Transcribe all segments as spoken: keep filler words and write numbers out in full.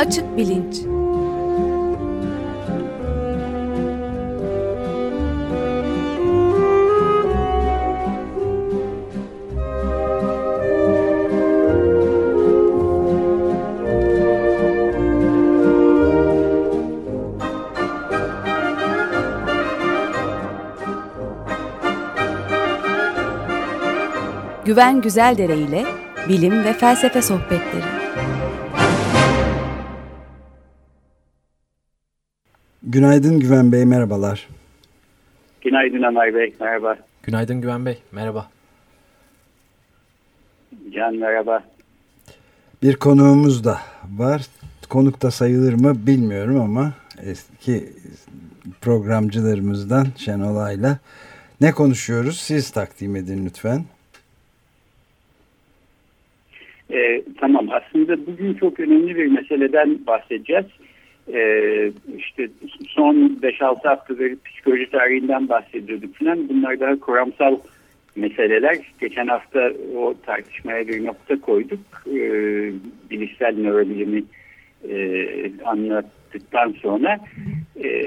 Açık bilinç. Güven Güzeldere ile bilim ve felsefe sohbetleri. Günaydın Güven Bey, merhabalar. Günaydın Ömer Bey, merhaba. Günaydın Güven Bey, merhaba. Can, merhaba. Bir konuğumuz da var. Konuk da sayılır mı bilmiyorum ama eski programcılarımızdan Şenolay'la ne konuşuyoruz? Siz takdim edin lütfen. Ee, tamam, aslında bugün çok önemli bir meseleden bahsedeceğiz. Ee, işte son beş altı haftadır psikoloji tarihinden bahsediyorduk falan. Bunlar daha kuramsal meseleler. Geçen hafta o tartışmaya bir nokta koyduk. Ee, bilişsel nörobilimi e, anlattıktan sonra e,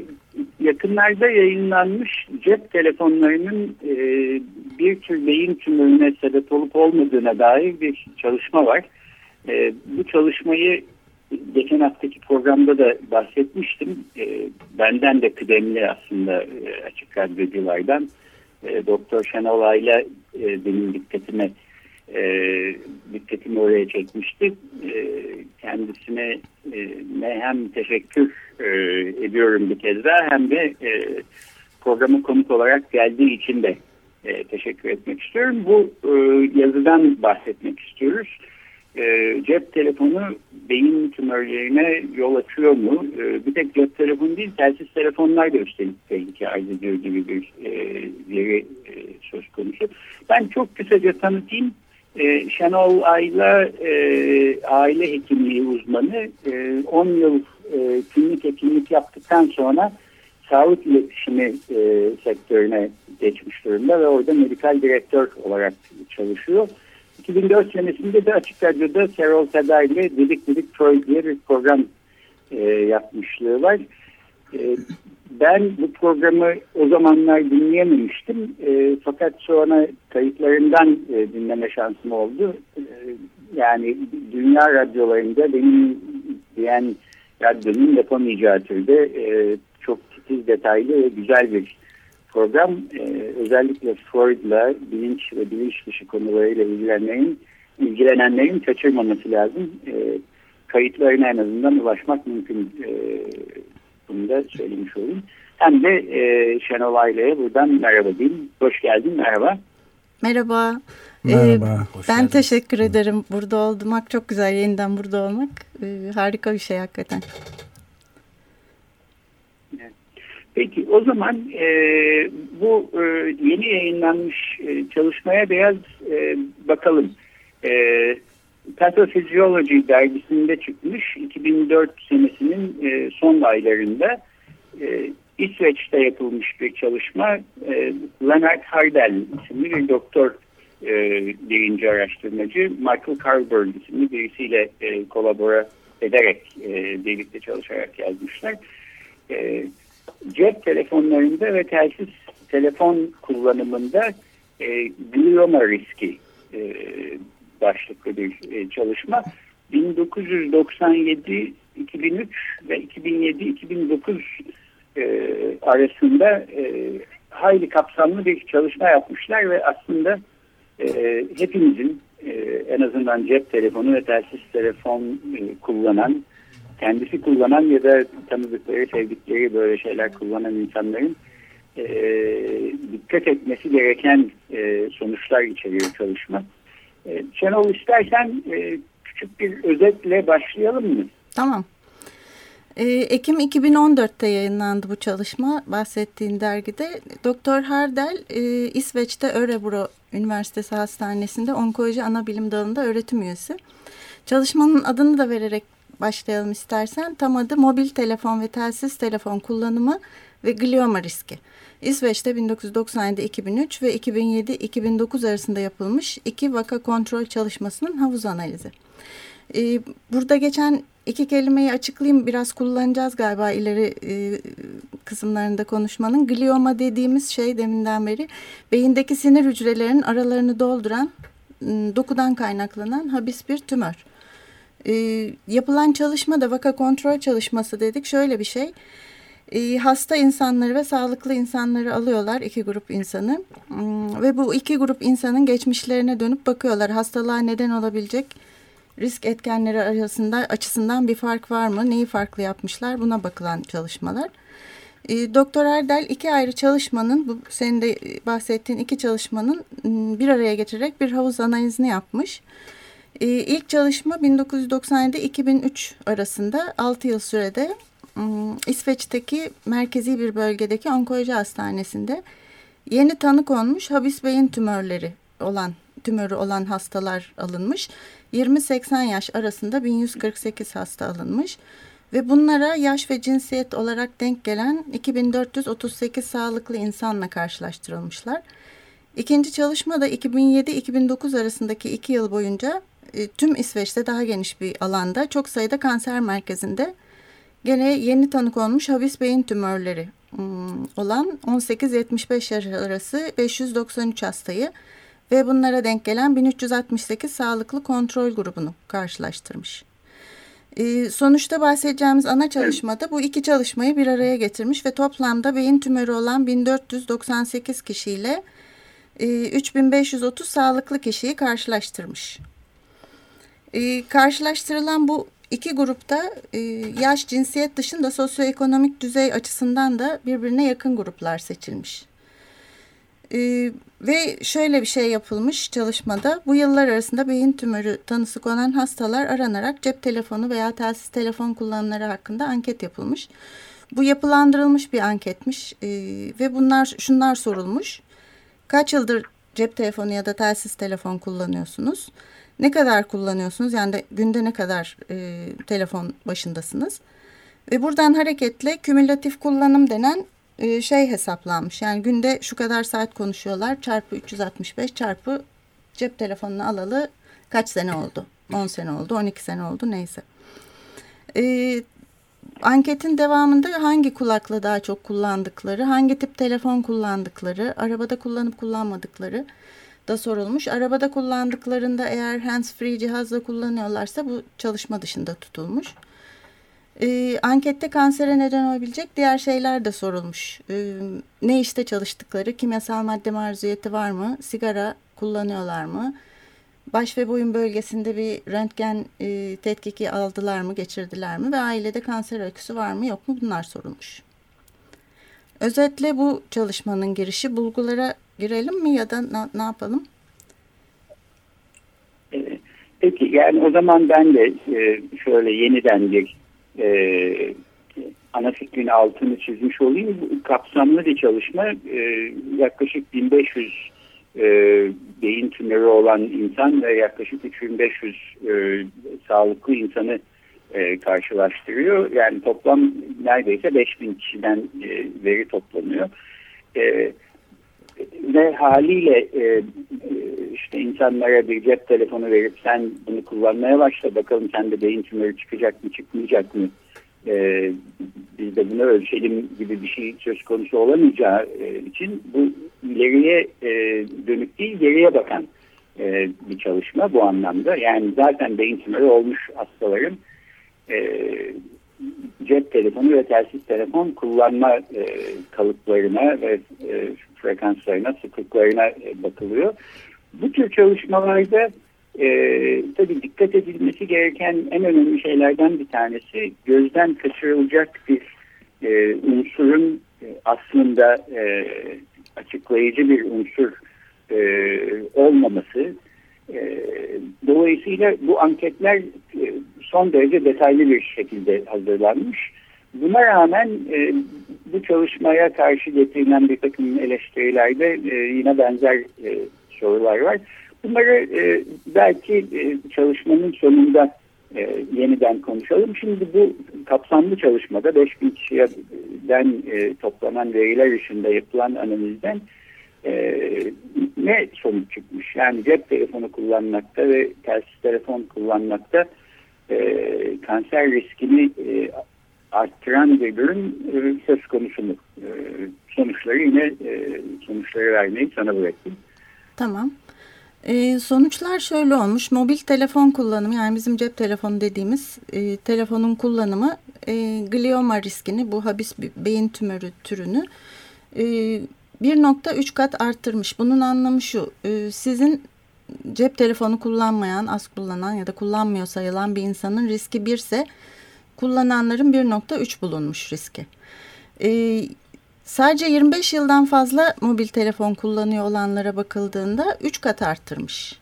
yakınlarda yayınlanmış cep telefonlarının e, bir tür beyin tümörüne sebep olup olmadığına dair bir çalışma var. E, bu çalışmayı geçen haftaki programda da bahsetmiştim. E, benden de kıdemli aslında e, açık radyoculardan e, Doktor Şenolay'la e, benim dikkatime e, dikkatimi oraya çekmişti. E, kendisine e, hem teşekkür e, ediyorum bir kez daha, hem de e, programa konuk olarak geldiği için de e, teşekkür etmek istiyorum. Bu e, yazıdan bahsetmek istiyoruz. E, cep telefonu beyin tümörlerine yol açıyor mu? E, bir tek cep telefonu değil, telsiz telefonlar da üstelik tehlike arz ediyor gibi bir e, veri e, söz konusu. Ben çok kısaca tanıtayım. E, Şenol Ayla e, aile hekimliği uzmanı, e, on yıl e, klinik hekimlik yaptıktan sonra sağlık iletişimi e, sektörüne geçmiş durumda ve orada medikal direktör olarak çalışıyor. iki bin dört senesinde de Açık Radyo'da Serol Seda ile Dedik Dedik Freud diye bir program e, yapmışlığı var. E, ben bu programı o zamanlar dinleyememiştim. E, fakat sonra kayıtlarından e, dinleme şansım oldu. E, yani dünya radyolarında benim diyen radyonun yapamayacağı türde e, çok titiz, detaylı ve güzel bir program. Ee, özellikle Freud'la bilinç ve bilinç dışı konularıyla ilgilenenlerin, ilgilenenlerin kaçırmaması lazım. Ee, kayıtlarına en azından ulaşmak mümkün. Ee, bunu da söylemiş olayım. Hem de e, Şenol Ayla'ya buradan merhaba diyeyim. Hoş geldin, merhaba. Merhaba. Merhaba. Ee, ben teşekkür ederim. Burada olmak çok güzel. Yeniden burada olmak ee, harika bir şey hakikaten. Peki o zaman e, bu e, yeni yayınlanmış e, çalışmaya biraz e, bakalım. E, Pathophysiology dergisinde çıkmış iki bin dört senesinin e, son aylarında e, İsveç'te yapılmış bir çalışma. E, Leonard Hardell isimli bir doktor, e, birinci araştırmacı, Michael Carlberg isimli birisiyle e, kolabora ederek e, birlikte çalışarak yazmışlar. E, Cep telefonlarında ve telsiz telefon kullanımında e, glioma riski e, başlıklı bir e, çalışma. bin dokuz yüz doksan yedi iki bin üç ve iki bin yedi iki bin dokuz e, arasında e, hayli kapsamlı bir çalışma yapmışlar ve aslında e, hepimizin e, en azından cep telefonu ve telsiz telefon e, kullanan, kendisi kullanan ya da tanıdıkları, sevdikleri böyle şeyler kullanan insanların e, dikkat etmesi gereken e, sonuçlar içeriyor çalışma. E, Şenol, istersen e, küçük bir özetle başlayalım mı? Tamam. E, Ekim iki bin on dörtte yayınlandı bu çalışma bahsettiğin dergide. Doktor Hardell e, İsveç'te Örebro Üniversitesi Hastanesi'nde onkoloji ana bilim dalında öğretim üyesi. Çalışmanın adını da vererek başlayalım istersen. Tam adı mobil telefon ve telsiz telefon kullanımı ve glioma riski. İsveç'te bin dokuz yüz doksan yedi iki bin üç ve iki bin yedi iki bin dokuz arasında yapılmış iki vaka kontrol çalışmasının havuz analizi. Ee, burada geçen iki kelimeyi açıklayayım, biraz kullanacağız galiba ileri e, kısımlarında konuşmanın. Glioma dediğimiz şey deminden beri beyindeki sinir hücrelerinin aralarını dolduran, dokudan kaynaklanan habis bir tümör. E, yapılan çalışma da vaka kontrol çalışması dedik. Şöyle bir şey, e, hasta insanları ve sağlıklı insanları alıyorlar, iki grup insanı. E, ve bu iki grup insanın geçmişlerine dönüp bakıyorlar. Hastalığa neden olabilecek risk etkenleri arasında açısından bir fark var mı? Neyi farklı yapmışlar? Buna bakılan çalışmalar. E, Doktor Erdel iki ayrı çalışmanın, bu senin de bahsettiğin iki çalışmanın bir araya getirerek bir havuz analizini yapmış. E, ilk çalışma bin dokuz yüz doksan yedi iki bin üç arasında altı yıl sürede e, İsveç'teki merkezi bir bölgedeki onkoloji hastanesinde yeni tanı konmuş habis beyin tümörleri olan tümörü olan hastalar alınmış. yirmi seksen yaş arasında bin yüz kırk sekiz hasta alınmış ve bunlara yaş ve cinsiyet olarak denk gelen iki bin dört yüz otuz sekiz sağlıklı insanla karşılaştırılmışlar. İkinci çalışma da iki bin yedi iki bin dokuz arasındaki iki yıl boyunca e, tüm İsveç'te daha geniş bir alanda çok sayıda kanser merkezinde gene yeni tanı konmuş habis beyin tümörleri ım, olan on sekiz yetmiş beş yaş arası beş yüz doksan üç hastayı ve bunlara denk gelen bin üç yüz altmış sekiz sağlıklı kontrol grubunu karşılaştırmış. Ee, sonuçta bahsedeceğimiz ana çalışmada bu iki çalışmayı bir araya getirmiş ve toplamda beyin tümörü olan bin dört yüz doksan sekiz kişiyle e, üç bin beş yüz otuz sağlıklı kişiyi karşılaştırmış. Ee, karşılaştırılan bu iki grupta e, yaş, cinsiyet dışında sosyoekonomik düzey açısından da birbirine yakın gruplar seçilmiş. Ee, ve şöyle bir şey yapılmış çalışmada, bu yıllar arasında beyin tümörü tanısı konan hastalar aranarak cep telefonu veya telsiz telefon kullanımları hakkında anket yapılmış. Bu yapılandırılmış bir anketmiş ee, ve bunlar şunlar sorulmuş: kaç yıldır cep telefonu ya da telsiz telefon kullanıyorsunuz? Ne kadar kullanıyorsunuz? Yani de günde ne kadar e, telefon başındasınız? Ve buradan hareketle kümülatif kullanım denen şey hesaplanmış. Yani günde şu kadar saat konuşuyorlar çarpı üç yüz altmış beş çarpı cep telefonunu alalı kaç sene oldu? on sene oldu, on iki sene oldu, neyse. Ee, anketin devamında hangi kulaklığı daha çok kullandıkları, hangi tip telefon kullandıkları, arabada kullanıp kullanmadıkları da sorulmuş. Arabada kullandıklarında eğer hands-free cihazla kullanıyorlarsa bu çalışma dışında tutulmuş. Ee, ankette kansere neden olabilecek diğer şeyler de sorulmuş. Ee, ne işte çalıştıkları, kimyasal madde maruziyeti var mı, sigara kullanıyorlar mı, baş ve boyun bölgesinde bir röntgen e, tetkiki aldılar mı, geçirdiler mi ve ailede kanser öyküsü var mı yok mu, bunlar sorulmuş. Özetle bu çalışmanın girişi. Bulgulara girelim mi ya da na, ne yapalım? Peki, yani o zaman ben de şöyle yeniden bir Ee, ana fikrin altını çizmiş olayım. Kapsamlı bir çalışma. Ee, yaklaşık bin beş yüz e, beyin tümörü olan insan ve yaklaşık üç bin beş yüz e, sağlıklı insanı e, karşılaştırıyor. Yani toplam neredeyse beş bin kişiden e, veri toplanıyor. E, ve haliyle e, işte insanlara bir cep telefonu verip sen bunu kullanmaya başla bakalım sende beyin tümörü çıkacak mı çıkmayacak mı, e, biz de bunu ölçelim gibi bir şey söz konusu olamayacağı e, için bu ileriye e, dönük değil geriye bakan e, bir çalışma bu anlamda. Yani zaten beyin tümörü olmuş hastaların e, cep telefonu ve telsiz telefon kullanma e, kalıplarına ve e, frekanslarına, sıklıklarına e, bakılıyor. Bu tür çalışmalarda e, tabii dikkat edilmesi gereken en önemli şeylerden bir tanesi gözden kaçırılacak bir e, unsurun e, aslında e, açıklayıcı bir unsur e, olmaması. E, dolayısıyla bu anketler e, son derece detaylı bir şekilde hazırlanmış. Buna rağmen e, bu çalışmaya karşı getirilen bir takım eleştirilerde e, yine benzer e, sorular var. Bunları e, belki e, çalışmanın sonunda e, yeniden konuşalım. Şimdi bu kapsamlı çalışmada beş bin kişiden e, toplanan veriler ışığında yapılan analizden e, ne sonuç çıkmış? Yani cep telefonu kullanmakta ve telsiz telefon kullanmakta e, kanser riskini e, arttıran bir durum e, söz konusu mu? E, sonuçları yine e, sonuçları vermeyi sana bıraktım. Tamam. Ee, sonuçlar şöyle olmuş. Mobil telefon kullanımı, yani bizim cep telefonu dediğimiz e, telefonun kullanımı e, glioma riskini, bu habis beyin tümörü türünü e, bir nokta üç kat arttırmış. Bunun anlamı şu: e, sizin cep telefonu kullanmayan, az kullanan ya da kullanmıyor sayılan bir insanın riski bir ise kullananların bir nokta üç bulunmuş riski. E, Sadece yirmi beş yıldan fazla mobil telefon kullanıyor olanlara bakıldığında üç kat arttırmış.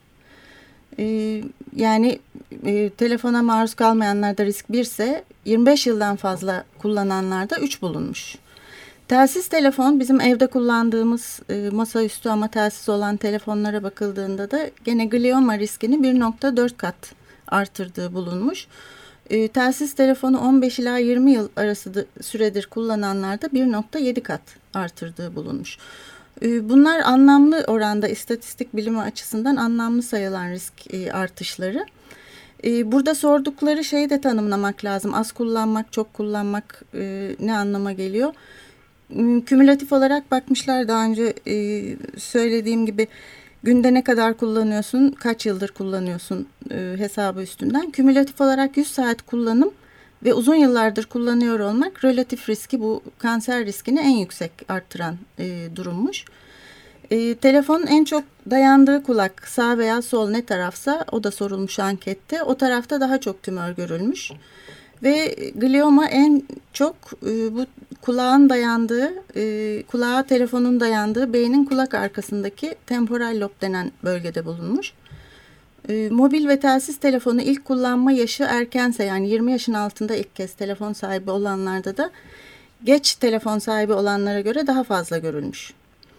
Ee, yani e, telefona maruz kalmayanlarda risk bir ise yirmi beş yıldan fazla kullananlarda üç bulunmuş. Telsiz telefon, bizim evde kullandığımız e, masaüstü ama telsiz olan telefonlara bakıldığında da gene glioma riskini bir nokta dört kat artırdığı bulunmuş. E, telsiz telefonu on beş ila yirmi yıl arası süredir kullananlarda bir nokta yedi kat artırdığı bulunmuş. E, bunlar anlamlı oranda, istatistik bilimi açısından anlamlı sayılan risk e, artışları. E, burada sordukları şeyi de tanımlamak lazım. Az kullanmak, çok kullanmak e, ne anlama geliyor? E, kümülatif olarak bakmışlar, daha önce e, söylediğim gibi. Günde ne kadar kullanıyorsun, kaç yıldır kullanıyorsun e, hesabı üstünden. Kümülatif olarak yüz saat kullanım ve uzun yıllardır kullanıyor olmak relatif riski, bu kanser riskini en yüksek arttıran e, durummuş. E, telefonun en çok dayandığı kulak sağ veya sol ne tarafsa, o da sorulmuş ankette. O tarafta daha çok tümör görülmüş. Ve glioma en çok e, bu kulağın dayandığı, e, kulağa telefonun dayandığı beynin kulak arkasındaki temporal lob denen bölgede bulunmuş. E, mobil ve telsiz telefonu ilk kullanma yaşı erkense, yani yirmi yaşın altında ilk kez telefon sahibi olanlarda da geç telefon sahibi olanlara göre daha fazla görülmüş.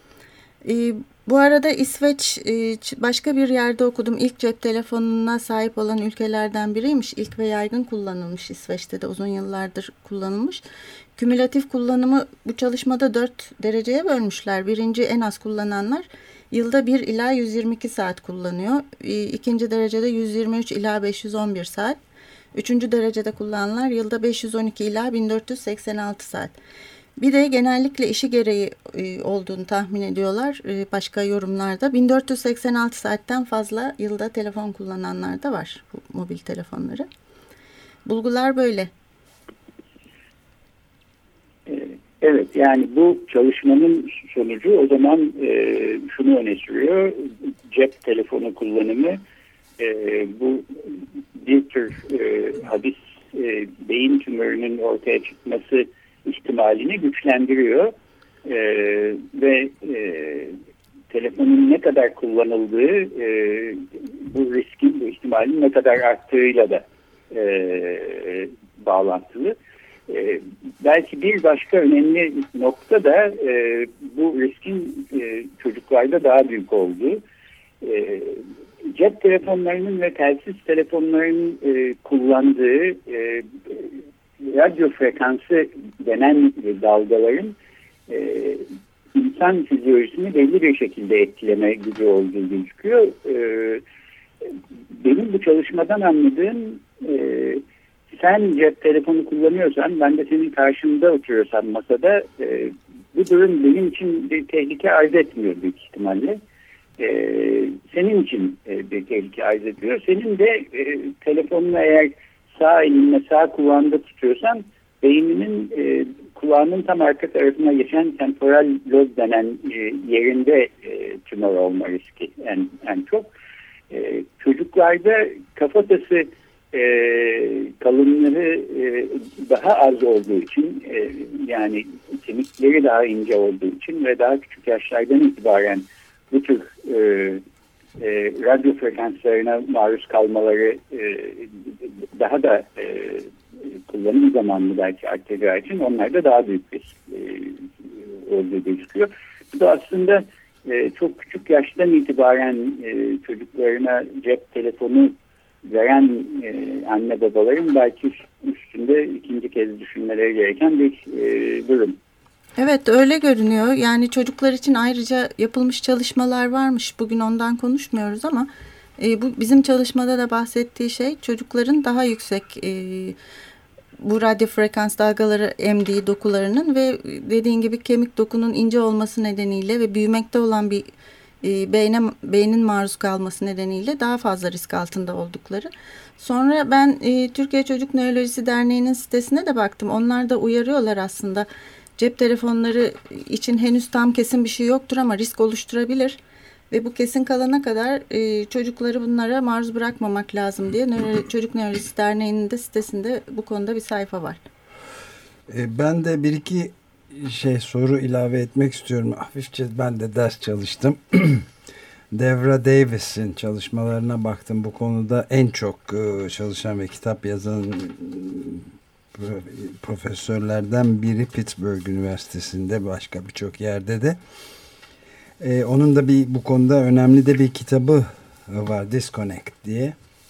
E, bu arada İsveç e, başka bir yerde okudum. İlk cep telefonuna sahip olan ülkelerden biriymiş. İlk ve yaygın kullanılmış. İsveç'te de uzun yıllardır kullanılmış. Kümülatif kullanımı bu çalışmada dört dereceye bölmüşler. Birinci, en az kullananlar yılda bir ila yüz yirmi iki saat kullanıyor. E, ikinci derecede yüz yirmi üç ila beş yüz on bir saat. Üçüncü derecede kullananlar yılda beş yüz on iki ila bin dört yüz seksen altı saat. Bir de genellikle işi gereği e, olduğunu tahmin ediyorlar e, başka yorumlarda. bin dört yüz seksen altı saatten fazla yılda telefon kullananlar da var, bu mobil telefonları. Bulgular böyle. Evet, yani bu çalışmanın sonucu o zaman e, şunu öne sürüyor: cep telefonu kullanımı e, bu bir tür e, habis e, beyin tümörünün ortaya çıkması ihtimalini güçlendiriyor e, ve e, telefonun ne kadar kullanıldığı e, bu riskin, bu ihtimalin ne kadar arttığıyla da e, bağlantılı. E, belki bir başka önemli nokta da e, bu riskin e, çocuklarda daha büyük olduğu. E, cep telefonlarının ve telsiz telefonların e, kullandığı e, radyo frekansı denen dalgaların e, insan fizyolojisini belli bir şekilde etkileme gücü olduğu gözüküyor. E, benim bu çalışmadan anladığım, e, sen cep telefonu kullanıyorsan, ben de senin karşında oturuyorsam masada, e, bu durum benim için bir tehlike arz etmiyor büyük ihtimalle. E, senin için e, bir tehlike arz ediyor. Senin de e, telefonunu eğer sağ elinle sağ kulağında tutuyorsan, beyninin e, kulağının tam arka tarafına geçen temporal lob denen e, yerinde e, tümör olma riski en, en çok. E, çocuklarda kafatası e, kalınlığı e, daha az olduğu için, e, yani kemikleri daha ince olduğu için ve daha küçük yaşlardan itibaren bu tür e, e, radyo frekanslarına maruz kalmaları e, daha da e, kullanım zamanlı belki artacağı için onlarda daha büyük bir e, olduğu gözüküyor. Bu da aslında e, çok küçük yaştan itibaren e, çocuklarına cep telefonu veren e, anne babaların belki üstünde ikinci kez düşünmeleri gereken bir e, durum. Evet, öyle görünüyor. Yani çocuklar için ayrıca yapılmış çalışmalar varmış. Bugün ondan konuşmuyoruz ama E, bu bizim çalışmada da bahsettiği şey çocukların daha yüksek e, bu radyo frekans dalgaları emdiği dokularının ve dediğin gibi kemik dokunun ince olması nedeniyle ve büyümekte olan bir e, beyne, beynin maruz kalması nedeniyle daha fazla risk altında oldukları. Sonra ben e, Türkiye Çocuk Nörolojisi Derneği'nin sitesine de baktım. Onlar da uyarıyorlar aslında. Cep telefonları için henüz tam kesin bir şey yoktur ama risk oluşturabilir. Ve bu kesin kalana kadar e, çocukları bunlara maruz bırakmamak lazım diye Nöro, Çocuk Nörolojisi Derneği'nin de sitesinde bu konuda bir sayfa var. E, ben de bir iki şey soru ilave etmek istiyorum. Hafifçe ben de ders çalıştım. Devra Davis'in çalışmalarına baktım. Bu konuda en çok e, çalışan ve kitap yazan e, profesörlerden biri Pittsburgh Üniversitesi'nde, başka birçok yerde de. Ee, onun da bir bu konuda önemli de bir kitabı var, Disconnect diye.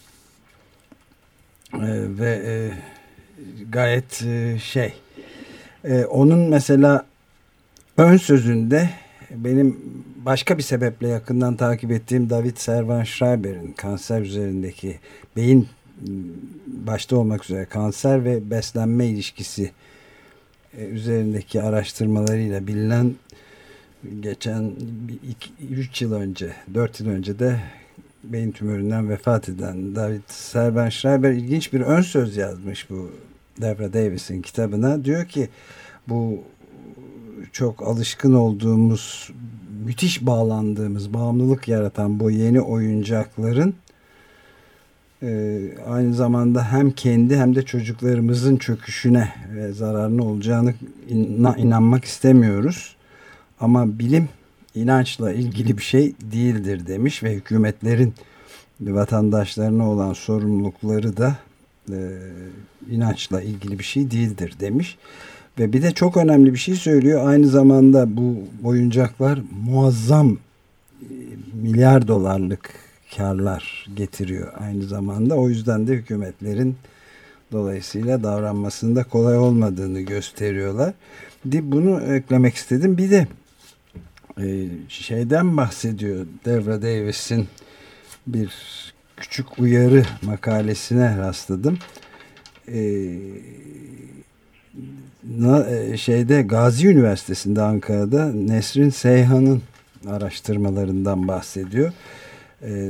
Ee, ve e, gayet e, şey e, onun mesela ön sözünde benim başka bir sebeple yakından takip ettiğim David Servan-Schreiber'in kanser üzerindeki, beyin başta olmak üzere kanser ve beslenme ilişkisi e, üzerindeki araştırmalarıyla bilinen, geçen üç yıl önce, dört yıl önce de beyin tümöründen vefat eden David Servan-Schreiber ilginç bir ön söz yazmış bu Devra Davis'in kitabına. Diyor ki bu çok alışkın olduğumuz, müthiş bağlandığımız, bağımlılık yaratan bu yeni oyuncakların e, aynı zamanda hem kendi hem de çocuklarımızın çöküşüne ve zararına olacağını in- inanmak istemiyoruz. Ama bilim inançla ilgili bir şey değildir demiş ve hükümetlerin vatandaşlarına olan sorumlulukları da e, inançla ilgili bir şey değildir demiş. Ve bir de çok önemli bir şey söylüyor. Aynı zamanda bu oyuncaklar muazzam e, milyar dolarlık karlar getiriyor aynı zamanda. O yüzden de hükümetlerin dolayısıyla davranmasında kolay olmadığını gösteriyorlar. Bunu eklemek istedim. Bir de Ee, şeyden bahsediyor Devra Davis'in bir küçük uyarı makalesine rastladım. Ee, na, şeyde Gazi Üniversitesi'nde, Ankara'da Nesrin Seyhan'ın araştırmalarından bahsediyor. Ee,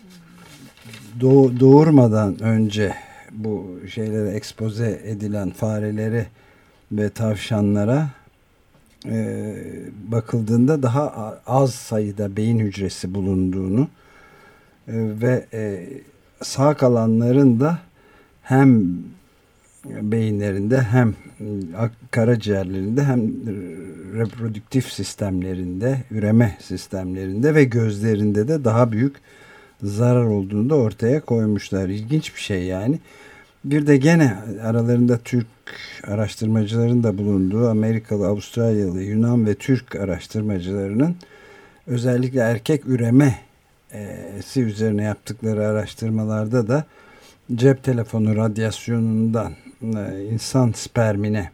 doğ, doğurmadan önce bu şeylere ekspoze edilen farelere ve tavşanlara Ee, bakıldığında daha az sayıda beyin hücresi bulunduğunu e, ve e, sağ kalanların da hem beyinlerinde hem karaciğerlerinde hem reprodüktif sistemlerinde, üreme sistemlerinde ve gözlerinde de daha büyük zarar olduğunu da ortaya koymuşlar. İlginç bir şey yani. Bir de gene aralarında Türk araştırmacıların da bulunduğu Amerikalı, Avustralyalı, Yunan ve Türk araştırmacılarının özellikle erkek üremesi üzerine yaptıkları araştırmalarda da cep telefonu radyasyonundan insan spermine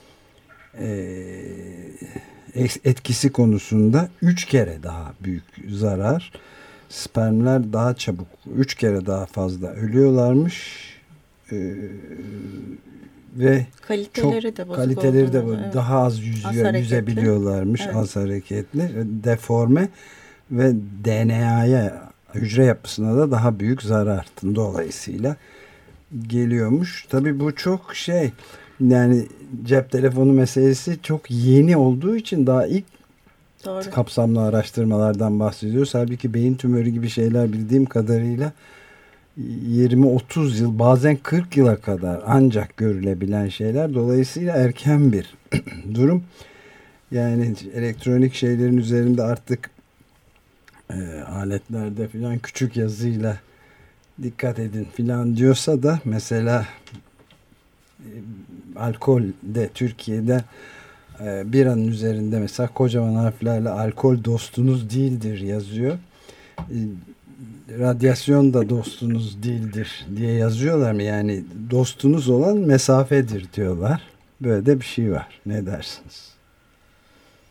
etkisi konusunda üç kere daha büyük zarar. Spermler daha çabuk, üç kere daha fazla ölüyorlarmış. Ee, ve kaliteleri çok de bozuk kaliteleri de evet. daha az yüzüyor, az yüzebiliyorlarmış, evet. Az hareketli, deforme ve D N A'ya, hücre yapısına da daha büyük zarar dolayısıyla geliyormuş. Tabii bu çok şey, yani cep telefonu meselesi çok yeni olduğu için daha ilk Doğru. kapsamlı araştırmalardan bahsediyoruz. Halbuki beyin tümörü gibi şeyler bildiğim kadarıyla yirmi otuz yıl, bazen kırk yıla kadar ancak görülebilen şeyler. Dolayısıyla erken bir durum. Yani elektronik şeylerin üzerinde artık e, aletlerde filan küçük yazıyla dikkat edin filan diyorsa da mesela e, alkol de Türkiye'de e, biranın üzerinde mesela kocaman harflerle alkol dostunuz değildir yazıyor. E, radyasyon da dostunuz değildir diye yazıyorlar mı? Yani dostunuz olan mesafedir diyorlar. Böyle de bir şey var. Ne dersiniz?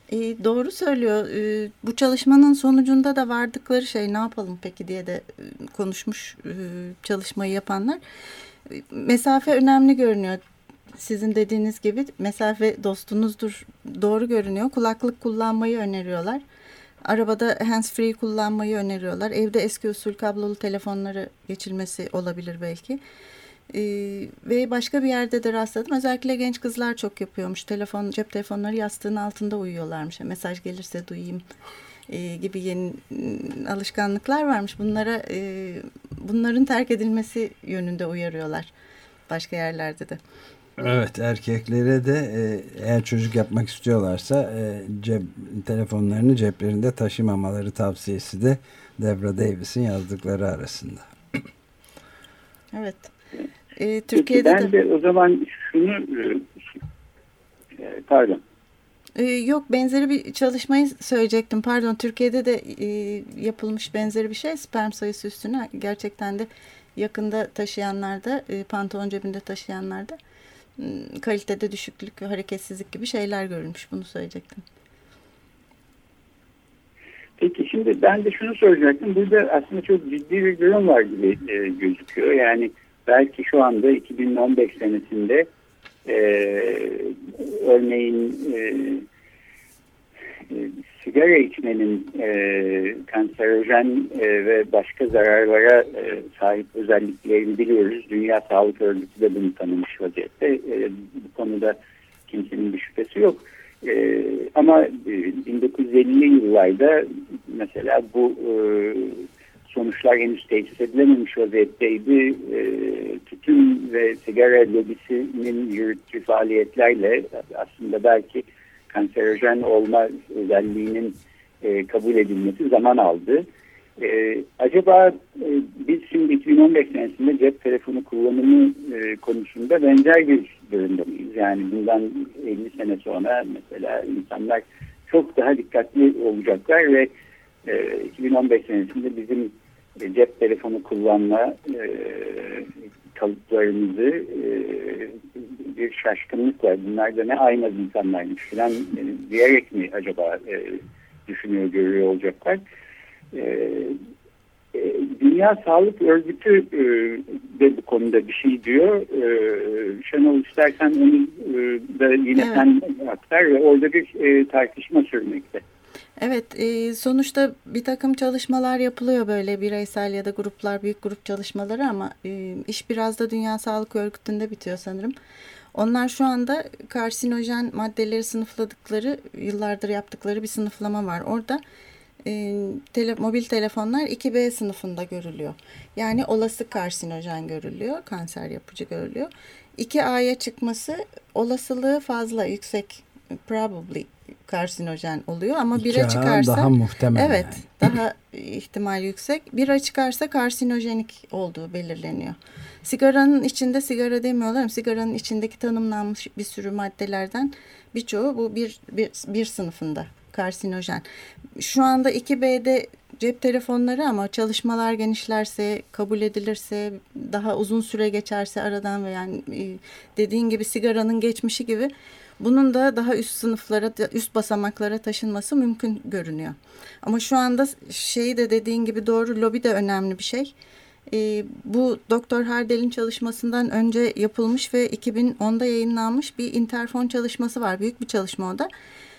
E, doğru söylüyor. E, bu çalışmanın sonucunda da vardıkları şey ne yapalım peki diye de e, konuşmuş e, çalışmayı yapanlar. E, mesafe önemli görünüyor. Sizin dediğiniz gibi mesafe dostunuzdur, doğru görünüyor. Kulaklık kullanmayı öneriyorlar. Arabada hands-free kullanmayı öneriyorlar. Evde eski usul kablolu telefonları geçilmesi olabilir belki. Ee, ve başka bir yerde de rastladım. Özellikle genç kızlar çok yapıyormuş. Telefon, cep telefonları yastığın altında uyuyorlarmış. Mesaj gelirse duyayım e, gibi yeni e, alışkanlıklar varmış. Bunlara e, bunların terk edilmesi yönünde uyarıyorlar. Başka yerlerde de. Evet, erkeklere de e, eğer çocuk yapmak istiyorlarsa e, cep telefonlarını ceplerinde taşımamaları tavsiyesi de Deborah Davis'in yazdıkları arasında. Evet. E, Türkiye'de ben de, de o zaman şunu e, pardon. E, yok, benzeri bir çalışmayı söyleyecektim. Pardon. Türkiye'de de e, yapılmış benzeri bir şey. Sperm sayısı üstüne gerçekten de yakında taşıyanlarda, e, pantolon cebinde taşıyanlarda kalitede düşüklük ve hareketsizlik gibi şeyler görülmüş. Bunu söyleyecektim. Peki şimdi ben de şunu soracaktım. Burada aslında çok ciddi bir durum var gibi e, gözüküyor. Yani belki şu anda iki bin on beş senesinde e, örneğin e, e, sigara içmenin e, kanserojen e, ve başka zararlara e, sahip özelliklerini biliyoruz. Dünya Sağlık Örgütü de bunu tanımış vaziyette. E, bu konuda kimsenin bir şüphesi yok. E, ama e, bin dokuz yüz ellili yıllarda mesela bu e, sonuçlar henüz tesis edilememiş vaziyetteydi. E, tütün ve sigara lobisinin yürüttüğü faaliyetlerle aslında belki kanserojen olma özelliğinin e, kabul edilmesi zaman aldı. E, acaba e, biz şimdi iki bin on beş senesinde cep telefonu kullanımı e, konusunda benzer bir durumda mıyız? Yani bundan elli sene sonra mesela insanlar çok daha dikkatli olacaklar ve e, iki bin on beş senesinde bizim e, cep telefonu kullanma e, kalıplarımızı e, bir şaşkınlıkla bunlar da ne aynaz insanlarmış falan e, diyerek mi acaba e, düşünüyor, görüyor olacaklar. E, e, Dünya Sağlık Örgütü e, de bu konuda bir şey diyor. E, Şenol istersen onu e, da yine evet. sen aktar ve orada bir e, tartışma sürmekte. Evet, e, sonuçta bir takım çalışmalar yapılıyor böyle bireysel ya da gruplar, büyük grup çalışmaları ama e, iş biraz da Dünya Sağlık Örgütü'nde bitiyor sanırım. Onlar şu anda karsinojen maddeleri sınıfladıkları, yıllardır yaptıkları bir sınıflama var. Orada e, tele, mobil telefonlar iki B sınıfında görülüyor. Yani olası karsinojen görülüyor, kanser yapıcı görülüyor. iki A'ya çıkması olasılığı fazla, yüksek, probably karsinojen oluyor ama bire çıkarsa daha muhtemel. Evet, yani. daha ihtimal yüksek. Bire çıkarsa karsinojenik olduğu belirleniyor. Sigaranın içinde sigara demiyorlar ama sigaranın içindeki tanımlanmış bir sürü maddelerden birçoğu bu bir, bir, bir sınıfında karsinojen. Şu anda iki B'de cep telefonları ama çalışmalar genişlerse, kabul edilirse, daha uzun süre geçerse aradan ve yani dediğin gibi sigaranın geçmişi gibi bunun da daha üst sınıflara, üst basamaklara taşınması mümkün görünüyor. Ama şu anda şeyi de dediğin gibi doğru, lobi de önemli bir şey. Ee, bu Doktor Hardel'in çalışmasından önce yapılmış ve iki bin onda yayınlanmış bir interfon çalışması var. Büyük bir çalışma o da.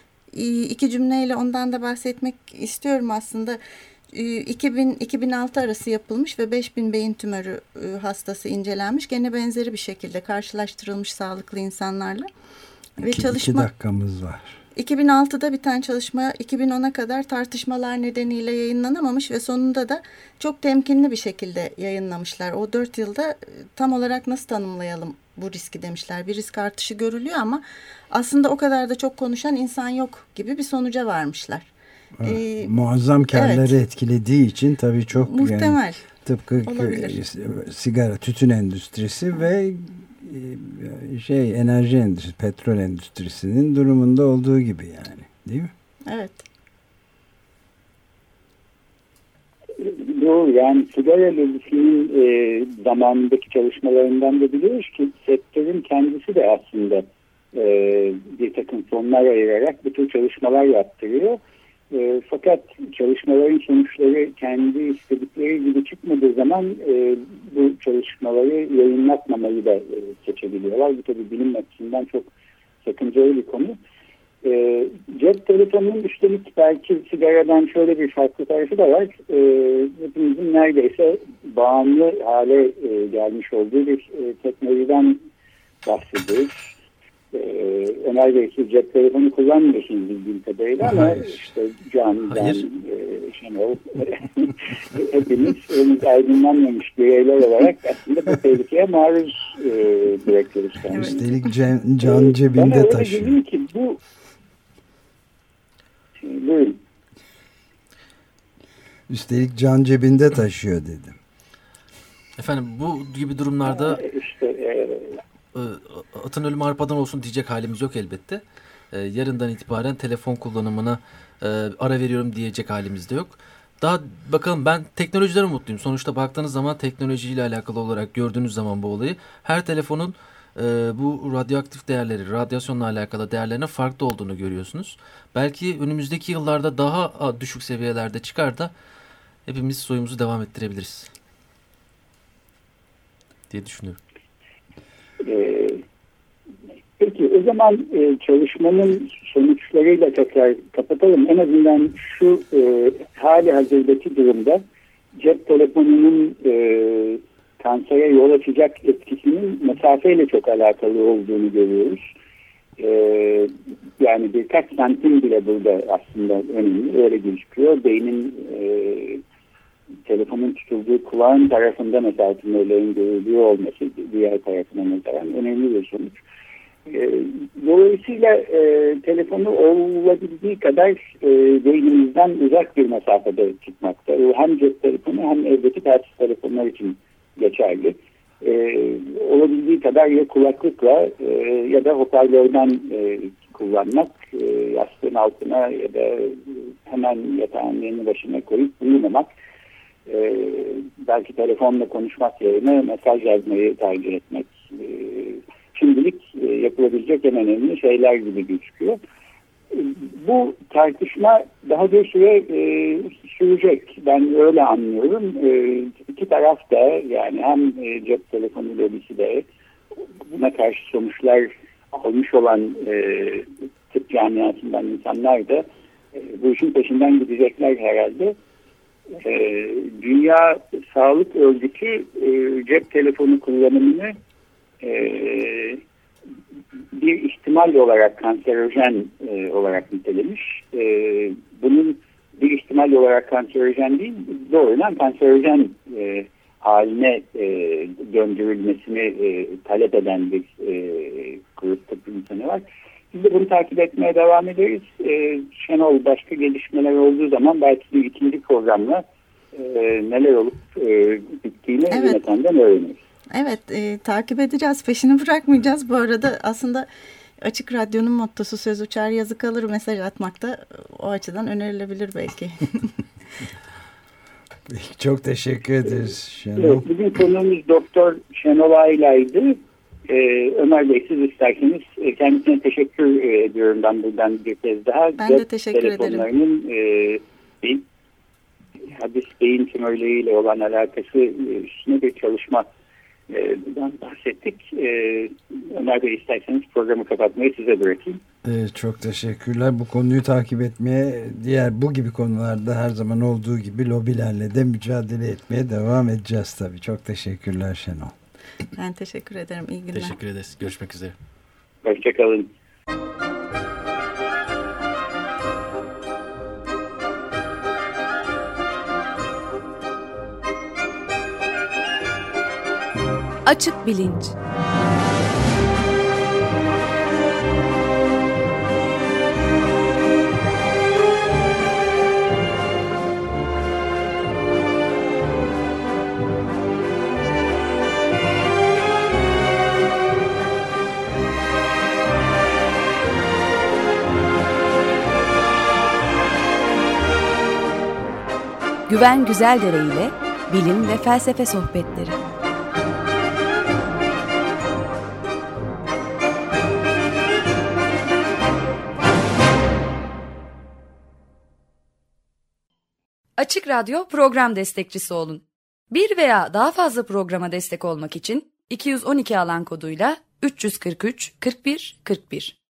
Ee, iki cümleyle ondan da bahsetmek istiyorum aslında. Ee, iki bin iki bin altı arası yapılmış ve beş bin beyin tümörü e, hastası incelenmiş. Gene benzeri bir şekilde karşılaştırılmış sağlıklı insanlarla. Ve iki, çalışma, iki dakikamız var. iki bin altıda biten çalışma iki bin ona kadar tartışmalar nedeniyle yayınlanamamış ve sonunda da çok temkinli bir şekilde yayınlamışlar. O dört yılda tam olarak nasıl tanımlayalım bu riski demişler. Bir risk artışı görülüyor ama aslında o kadar da çok konuşan insan yok gibi bir sonuca varmışlar. Evet, ee, muazzam karları evet. etkilediği için tabii çok muhtemel. Yani, tıpkı olabilir. Sigara, tütün endüstrisi ve şey enerji endüstrisi, petrol endüstrisinin durumunda olduğu gibi yani, değil mi? Evet. Doğru, yani sigara lobisinin e, zamanındaki çalışmalarından da biliyoruz ki sektörün kendisi de aslında e, bir takım fonlar ayırarak bu tür çalışmalar yaptırıyor. E, fakat çalışmaların sonuçları kendi istedikleri gibi çıkmadığı zaman e, bu çalışmaları yayınlatmamayı da e, seçebiliyorlar. Bu tabii bilim açısından çok sakıncalı bir konu. E, cep telefonunun üstelik belki sigaradan şöyle bir farklı tarafı da var. E, hepimizin neredeyse bağımlı hale e, gelmiş olduğu bir e, teknolojiden bahsediyoruz. Ee, Ömer Bey, siz cep telefonu kullanmıyorsunuz bildiğim kadarıyla ama işte Can, ben, e, Şenol hepimiz henüz aydınlanmamış bireyler olarak aslında bu tehlikeye maruz e, bırakıyoruz kendimizi. Üstelik can, can cebinde Bana taşıyor. öyle ki bu e, buyurun. Üstelik can cebinde taşıyor dedim. Efendim bu gibi durumlarda işte e, atın ölümü arpadan olsun diyecek halimiz yok elbette. Ee, yarından itibaren telefon kullanımına e, ara veriyorum diyecek halimiz de yok. Daha bakalım, ben teknolojiden umutluyum. Sonuçta baktığınız zaman teknolojiyle alakalı olarak gördüğünüz zaman bu olayı, her telefonun e, bu radyoaktif değerleri, radyasyonla alakalı değerlerine farklı olduğunu görüyorsunuz. Belki önümüzdeki yıllarda daha düşük seviyelerde çıkar da hepimiz soyumuzu devam ettirebiliriz diye düşünüyorum. Peki o zaman e, çalışmanın sonuçlarıyla tekrar kapatalım. En azından şu e, hali hazırdaki durumda cep telefonunun e, kansere yol açacak etkisinin mesafeyle çok alakalı olduğunu görüyoruz. E, yani birkaç santim bile burada aslında önemli. Öyle gözüküyor. Beynin e, telefonun tutulduğu kulağın tarafında mesela tümörlerin görüldüğü olması diğer tarafına nazaran önemli bir sonuç. E, dolayısıyla e, telefonu olabildiği kadar e, beynimizden uzak bir mesafede tutmakta. E, hem cep telefonu hem evdeki telsiz telefonlar için geçerli. E, olabildiği kadar ya kulaklıkla e, ya da hoparlörden e, kullanmak, e, yastığın altına ya da hemen yatağın yanı başına koyup uyumamak. Ee, belki telefonla konuşmak yerine mesaj yazmayı tercih etmek ee, şimdilik e, yapılabilecek en önemli şeyler gibi gözüküyor. Ee, bu tartışma daha bir süre e, sürecek. Ben öyle anlıyorum. Ee, iki taraf da, yani hem e, cep telefonu lobisi de buna karşı sonuçlar almış olan e, tıp camiasından insanlar da e, bu işin peşinden gidecekler herhalde. Ee, Dünya Sağlık Örgütü e, cep telefonu kullanımını e, bir ihtimal olarak kanserojen e, olarak nitelemiş. E, bunun bir ihtimal olarak kanserojen değil, doğrudan kanserojen e, haline e, döndürülmesini e, talep eden bir e, grup tıp insanı var. Biz de bunu takip etmeye devam ederiz. Ee, Şenol, başka gelişmeler olduğu zaman belki bir ikinci programla e, neler olup e, bittiğini evet. yönetenden öğreniriz. Evet, e, takip edeceğiz. Peşini bırakmayacağız. Bu arada aslında Açık Radyo'nun mottosu söz uçar yazı kalır, mesaj atmak da o açıdan önerilebilir belki. Çok teşekkür ederiz Şenol. Evet, bugün konuğumuz Doktor Şenol Aylay'dı. Ee, Ömer Bey, siz isterseniz e, kendisine teşekkür e, ediyorum ben buradan bir kez daha. Ben de teşekkür ederim. Telefonlarının e, beyin, hadis beyin tümörleriyle olan alakası e, üstüne bir çalışmadan e, bahsettik. E, Ömer Bey, isterseniz programı kapatmayı size bırakayım. Evet, çok teşekkürler. Bu konuyu takip etmeye, diğer bu gibi konularda her zaman olduğu gibi lobilerle de mücadele etmeye devam edeceğiz tabii. Çok teşekkürler Şenol. Ben teşekkür ederim. İyi günler. Teşekkür ederiz. Görüşmek üzere. Hoşçakalın. Açık Bilinç. Güven Güzeldere ile bilim ve felsefe sohbetleri. Açık Radyo program destekçisi olun. Bir veya daha fazla programa destek olmak için iki yüz on iki alan koduyla üç yüz kırk üç kırk bir kırk bir